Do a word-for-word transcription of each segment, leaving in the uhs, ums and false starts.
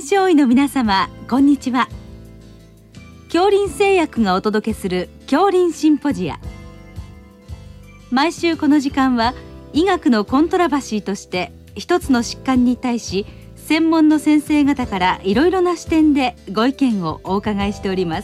症医の皆様、こんにちは。杏林製薬がお届けする杏林シンポジア。毎週この時間は医学のコントラバシーとして一つの疾患に対し専門の先生方からいろいろな視点でご意見をお伺いしております。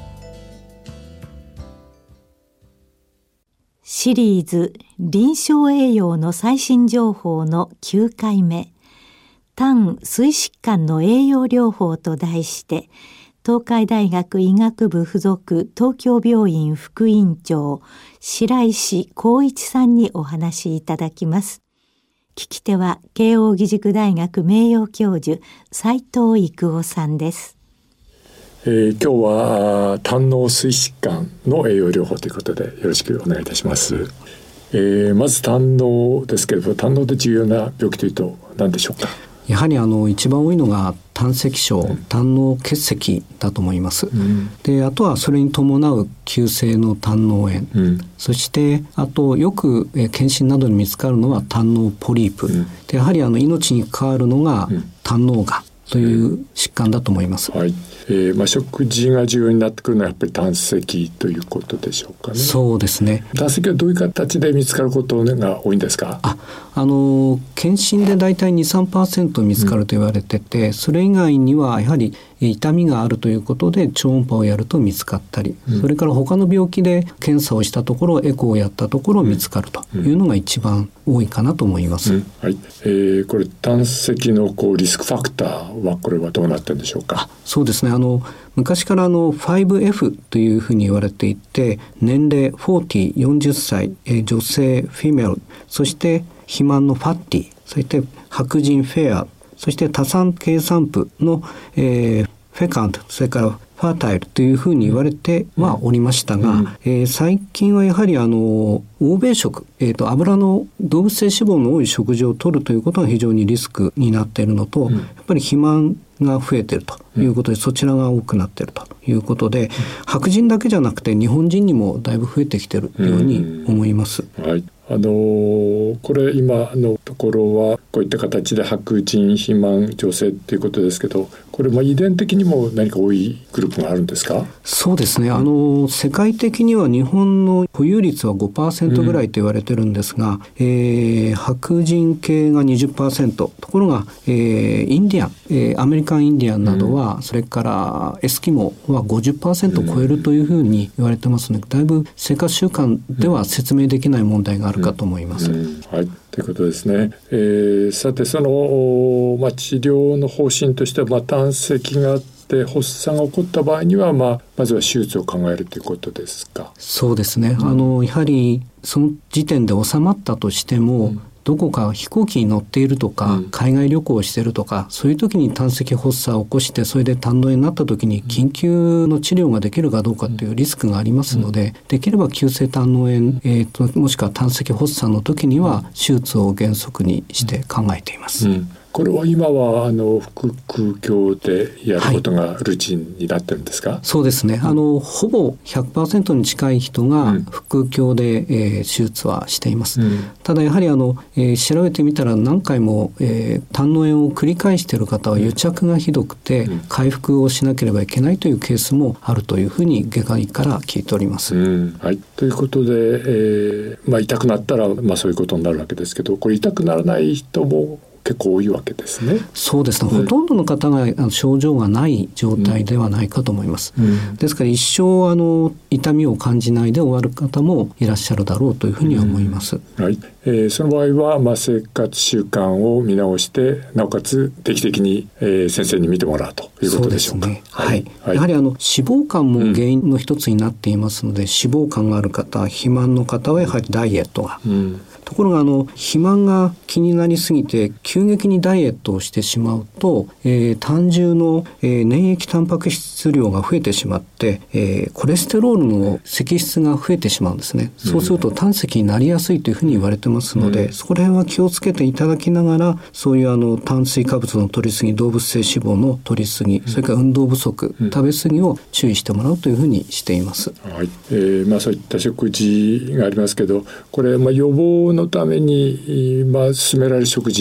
シリーズ臨床栄養の最新情報のきゅうかいめ、胆膵疾患の栄養療法と題して、東海大学医学部附属東京病院副院長白石光一さんにお話しいただきます。聞き手は慶應義塾大学名誉教授斉藤育夫さんです。 えー、今日は胆のう膵疾患の栄養療法ということでよろしくお願いいたします。えー、まず胆のうですけれど、胆のうで重要な病気というと何でしょうか。 やはりあの一番多いのが胆石症、うん、胆のう結石だと思います、うん、であとはそれに伴う急性の胆のう炎、うん、そしてあとよく、えー、検診などに見つかるのは胆のうポリープ、うん、でやはりあの命に関わるのが胆のうがんという疾患だと思います、 はい。えーまあ、食事が重要になってくるのはやっぱり胆石ということでしょうかね。 そうですね。 胆石はどういう形で見つかることが多いんですか。 あ、あの検診でだいたい にさんパーセント 見つかると言われてて、うん、それ以外にはやはり痛みがあるということで超音波をやると見つかったり、うん、それから他の病気で検査をしたところエコーをやったところ見つかるというのが一番多いかなと思います、うんうんはい。えー、これ胆石のこうリスクファクターはこれはどうなってるんでしょうか。 あ、そうですね。あの昔からあの ファイブエフ というふうに言われていて、年齢よんじゅう、よんじゅっさい、えー、女性フィメル、そして肥満のファッティ、そして白人フェア、そして多産系産婦の、えー、フェカント、それからファータイルというふうに言われてはおりましたが、うんえー、最近はやはりあの欧米食、えーと、油の動物性脂肪の多い食事を摂るということが非常にリスクになっているのと、うん、やっぱり肥満が増えているということで、うん、そちらが多くなっているということで、うん、白人だけじゃなくて日本人にもだいぶ増えてきているように思います、 うんはい。あのー、これ今のところはこういった形で白人肥満女性ということですけど、これまあ遺伝的にも何か多いグループがあるんですか。 そうですね。あの世界的には日本の保有率は ごパーセント ぐらいと言われてるんですが、うんえー、白人系が にじゅっパーセント、ところが、えー、インディアン、えー、アメリカンインディアンなどは、うん、それからエスキモは ごじゅっパーセント を超えるというふうに言われてますので、だいぶ生活習慣では説明できない問題があるかと思います、うんうんはい、ということですね。えー、さてその、まあ、治療の方針としては、まあ、胆石があって発作が起こった場合には、まあ、まずは手術を考えるということですか。 そうですね、うん、あのやはりその時点で収まったとしても、うんどこか飛行機に乗っているとか、うん、海外旅行をしているとか、そういう時に胆石発作を起こしてそれで胆の炎になった時に緊急の治療ができるかどうかというリスクがありますので、うん、できれば急性胆の炎、えー、ともしくは胆石発作の時には手術を原則にして考えています、 うんうんこれは今はあの腹腔鏡でやることがルーチンになってるんですか。 はい、そうですね。あのほぼ ひゃくパーセント に近い人が腹腔鏡で、えー、手術はしています。うん、ただやはりあの、えー、調べてみたら何回も、えー、胆の炎を繰り返している方は癒着がひどくて、うん、回復をしなければいけないというケースもあるというふうに外科医から聞いております。 うんはい、ということで、えーまあ、痛くなったら、まあ、そういうことになるわけですけど、これ痛くならない人も結構多いわけですね。 そうですね、うん、ほとんどの方が症状がない状態ではないかと思います、うん、ですから一生あの痛みを感じないで終わる方もいらっしゃるだろうというふうに思います、 うんはいえー、その場合は、まあ、生活習慣を見直してなおかつ定期的に、えー、先生に見てもらうということでしょうか。 そうですね、はいはい、やはりあの脂肪肝も原因の一つになっていますので、うん、脂肪肝がある方、肥満の方はやはりダイエットが、うんところがあの肥満が気になりすぎて急激にダイエットをしてしまうと、えー、胆汁の、えー、粘液タンパク質量が増えてしまって、えー、コレステロールの積質が増えてしまうんですね、うん、そうすると胆石になりやすいというふうに言われてますので、うん、そこら辺は気をつけていただきながら、そういうあの炭水化物の摂りすぎ、動物性脂肪の摂りすぎ、それから運動不足、うん、食べ過ぎを注意してもらうというふうにしています、 はいえーまあ、そういった食事がありますけど、これ、まあ、予防のために、まあ、進められる食事が、まあ、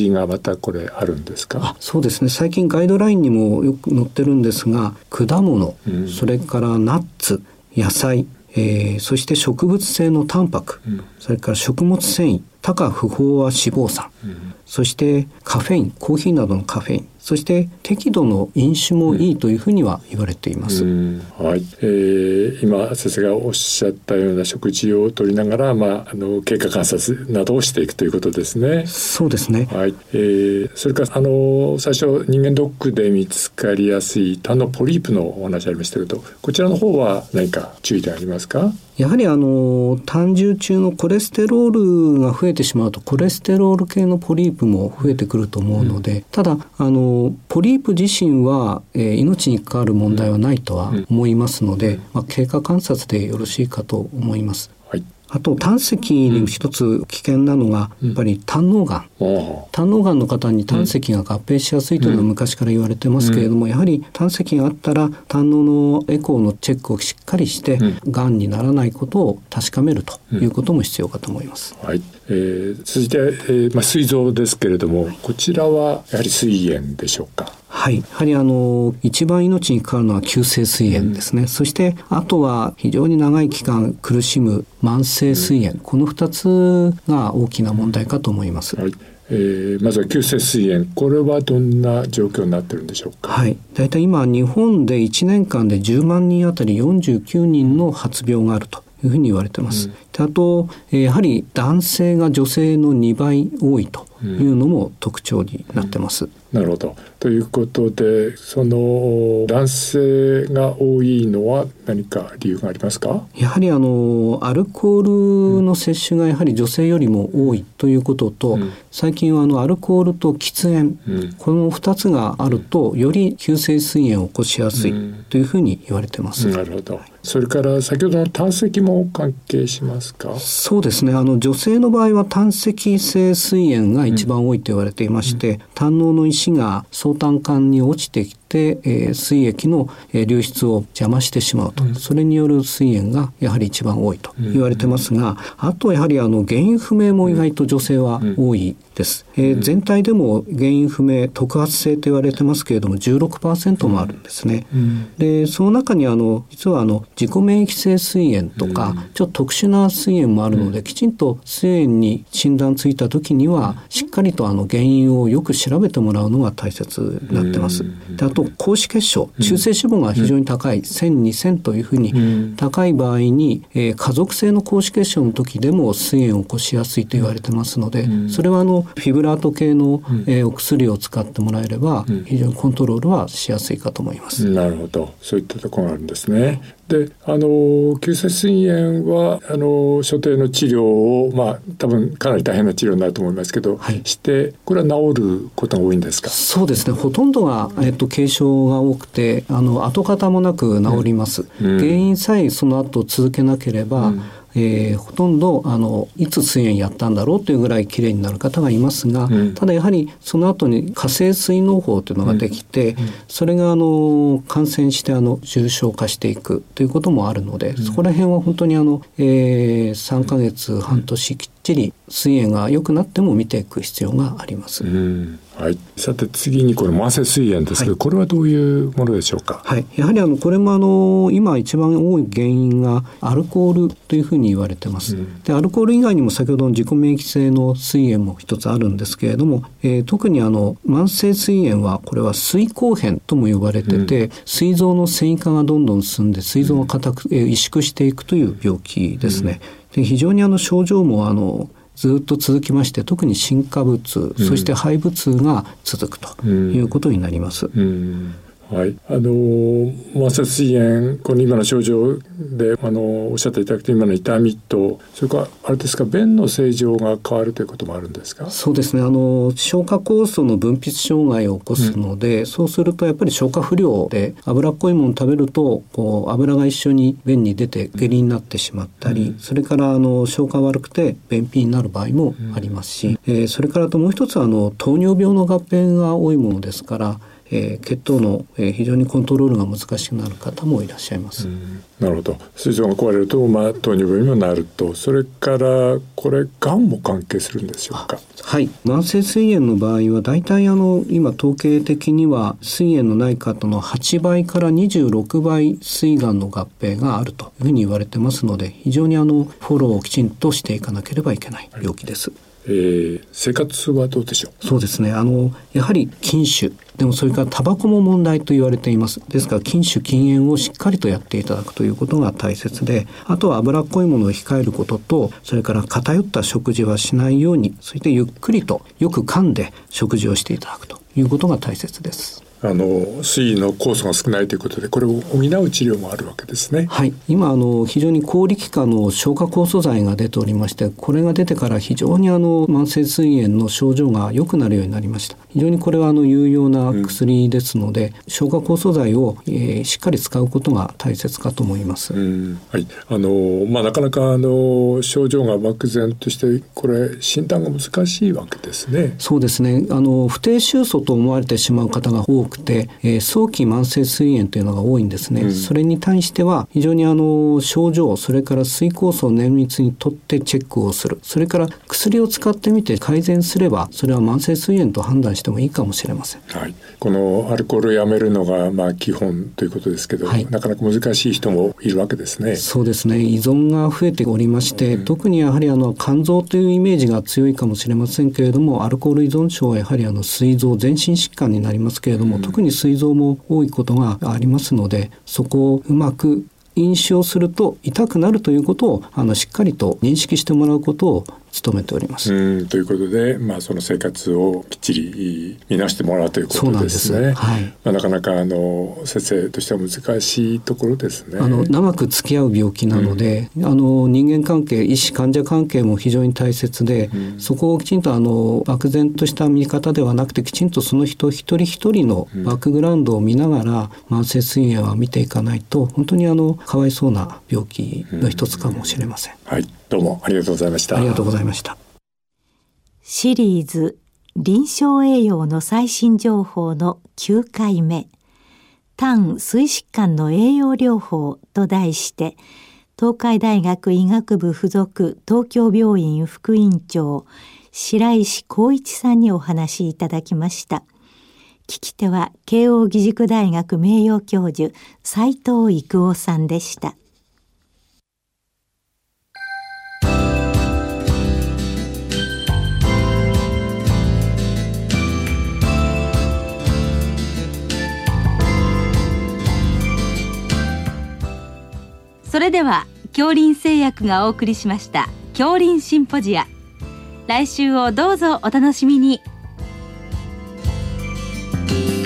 たこれあるんですか？ あ、そうですね。最近ガイドラインにもよく載ってるんですが、果物、うん、それからナッツ、野菜、えー、そして植物性のタンパク、うん、それから食物繊維、多価不飽和脂肪酸、うん、そしてカフェイン、コーヒーなどのカフェイン、そして適度の飲酒もいいというふうには言われています。 うんはいえー、今先生がおっしゃったような食事をとりながら、まあ、あの経過観察などをしていくということですね。 そうですね、 はいえー、それからあの最初人間ドックで見つかりやすい胆のポリープのお話ありましたけど、こちらの方は何か注意点ありますか？ やはりあの胆汁中のコレステロールが増えてしまうとコレステロール系のポリープも増えてくると思うので、うん、ただあのポリープ自身は、えー、命に関わる問題はないとは思いますので、うんまあ、経過観察でよろしいかと思います。はい、あと胆石に一つ危険なのがやっぱり胆のうがん、うん、胆のうがんの方に胆石が合併しやすいというのは昔から言われてますけれども、うん、やはり胆石があったら胆ののエコーのチェックをしっかりして、うん、がんにならないことを確かめるということも必要かと思います。 うんはいえー、続いて、えーまあ、膵臓ですけれども、こちらはやはり膵炎でしょうか？ はい、やはりあの一番命に関わるのは急性膵炎ですね、うん、そしてあとは非常に長い期間苦しむ慢性膵炎、うん、このふたつが大きな問題かと思います。 はいえー、まずは急性膵炎、これはどんな状況になっているんでしょうか？ はい、だいたい今日本でいちねんかんでじゅうまんにんあたりよんじゅうきゅうにんの発病があるというふうに言われています、うん、であとやはり男性が女性のにばい多いというのも特徴になってます、 うんうん、なるほど。ということで、その男性が多いのは何か理由がありますか？ やはりあのアルコールの摂取がやはり女性よりも多いということと、うん、最近はあのアルコールと喫煙、うん、このふたつがあるとより急性膵炎を起こしやすいというふうに言われてます、 うん、なるほど。それから先ほどの胆石も関係しますか？ そうですね、あの女性の場合は胆石性膵炎が一番多いと言われていまして、うん、胆のの石が総胆管に落ちてきて、えー、膵液の流出を邪魔してしまうと、うん、それによる膵炎がやはり一番多いと言われてますが、うん、あとやはりあの原因不明も意外と女性は多いです、うんえー、全体でも原因不明特発性と言われてますけれども じゅうろくパーセント もあるんですね、うん、でその中にあの実はあの自己免疫性膵炎とか、うん、ちょっと特殊な膵炎もあるので、うん、きちんと膵炎に診断ついた時にはしっかりとあの原因をよく調べてもらうのが大切になってます、うん、であと高脂血症、中性脂肪が非常に高い、うん、せんにせんというふうに高い場合に、えー、家族性の高脂血症の時でも膵炎を起こしやすいと言われてますので、うん、それはあのフィブラート系の、うんえー、お薬を使ってもらえれば、うん、非常にコントロールはしやすいかと思います、 うん、なるほど、そういったところがあるんですね。であの急性膵炎はあの所定の治療を、まあ、多分かなり大変な治療になると思いますけど、はい、してこれは治ることが多いんですか？ そうですね、ほとんどが、えっと、軽症が多くてあの跡形もなく治ります、うん、原因さえその後続けなければ、うんえー、ほとんどあのいつ膵炎やったんだろうというぐらいきれいになる方がいますが、うん、ただやはりその後に過性膵嚢胞というのができて、うんうん、それがあの感染してあの重症化していくということもあるので、うん、そこら辺は本当にあの、えー、さんかげつ半年きっちり膵炎が良くなっても見ていく必要があります、 うんはい、さて次にこの慢性膵炎ですけど、はい、これはどういうものでしょうか？ はい、やはりあのこれもあの今一番多い原因がアルコールというふうに言われてます、うん、でアルコール以外にも先ほどの自己免疫性の膵炎も一つあるんですけれども、えー、特にあの慢性膵炎はこれは膵硬変とも呼ばれてて、うん、膵臓の繊維化がどんどん進んで膵臓が硬く、えー、萎縮していくという病気ですね、うん、で非常にあの症状もあのずっと続きまして、特に心下部痛、うん、そして肺部痛が続くということになります、うんうんはい、あの慢性膵炎、この今の症状であのおっしゃっていただくと今の痛みと、それからあれですか、便の正常が変わるということもあるんですか？ そうですね、あの消化酵素の分泌障害を起こすので、うん、そうするとやっぱり消化不良で脂っこいものを食べるとこう油が一緒に便に出て下痢になってしまったり、うん、それからあの消化悪くて便秘になる場合もありますし、うんえー、それからともう一つはあの糖尿病の合併が多いものですから、ええー、血糖の、えー、非常にコントロールが難しくなる方もいらっしゃいます。 うん、なるほど。膵臓が壊れると、まあ、糖尿病にもなると。それからこれがんも関係するんでしょうか。 はい、慢性膵炎の場合はだいたいあの今統計的には膵炎のない方のはちばいからにじゅうろくばい膵がんの合併があるというふうに言われてますので、非常にあのフォローをきちんとしていかなければいけない病気です。 はい、えー、生活はどうでしょう。 そうですね、あのやはり禁酒でもそれからタバコも問題と言われています。ですから禁酒禁煙をしっかりとやっていただくということが大切で、あとは脂っこいものを控えることと、それから偏った食事はしないように、そしてゆっくりとよく噛んで食事をしていただくということが大切です。 あの膵の酵素が少ないということで、これを補う治療もあるわけですね。 はい、今あの非常に高力化の消化酵素剤が出ておりまして、これが出てから非常にあの慢性膵炎の症状が良くなるようになりました。非常にこれはあの有用な薬ですので、うん、消化酵素剤を、えー、しっかり使うことが大切かと思います。 うん、はい、あのまあ、なかなかあの症状が漠然としてこれ診断が難しいわけですね。 そうですね、あの不定臭素と思われてしまう方が多くて、えー、早期慢性膵炎というのが多いんですね。うん、それに対しては非常にあの症状、それから膵酵素を綿密にとってチェックをする、それから薬を使ってみて改善すれば、それは慢性膵炎と判断してもいいかもしれません。 はい、このアルコールをやめるのがまあ基本ということですけど、はい、なかなか難しい人もいるわけですね。 そうですね、依存が増えておりまして、うん、特にやはりあの肝臓というイメージが強いかもしれませんけれども、アルコール依存症はやはりあの膵臓、全身疾患になりますけれども、うん、特に膵臓も多いことがありますので、そこをうまく飲酒をすると痛くなるということをあのしっかりと認識してもらうことを努めております。 うん、ということで、まあ、その生活をきっちり見直してもらうということですね。 そうなんです、はい、 まあ、なかなかあの先生としては難しいところですね。 あの長く付き合う病気なので、うん、あの人間関係、医師患者関係も非常に大切で、うん、そこをきちんとあの漠然とした見方ではなくて、きちんとその人一人一人のバックグラウンドを見ながら、うん、慢性膵炎は見ていかないと本当にあのかわいそうな病気の一つかもしれません。 うん、はい、どうもありがとうございました。 ありがとうございました。 シリーズ臨床栄養の最新情報のきゅうかいめ、胆膵疾患の栄養療法と題して、東海大学医学部附属東京病院副院長白石光一さんにお話しいただきました。聞き手は慶應義塾大学名誉教授斉藤育夫さんでした。 それでは杏林製薬がお送りしました杏林シンポジア、来週をどうぞお楽しみに。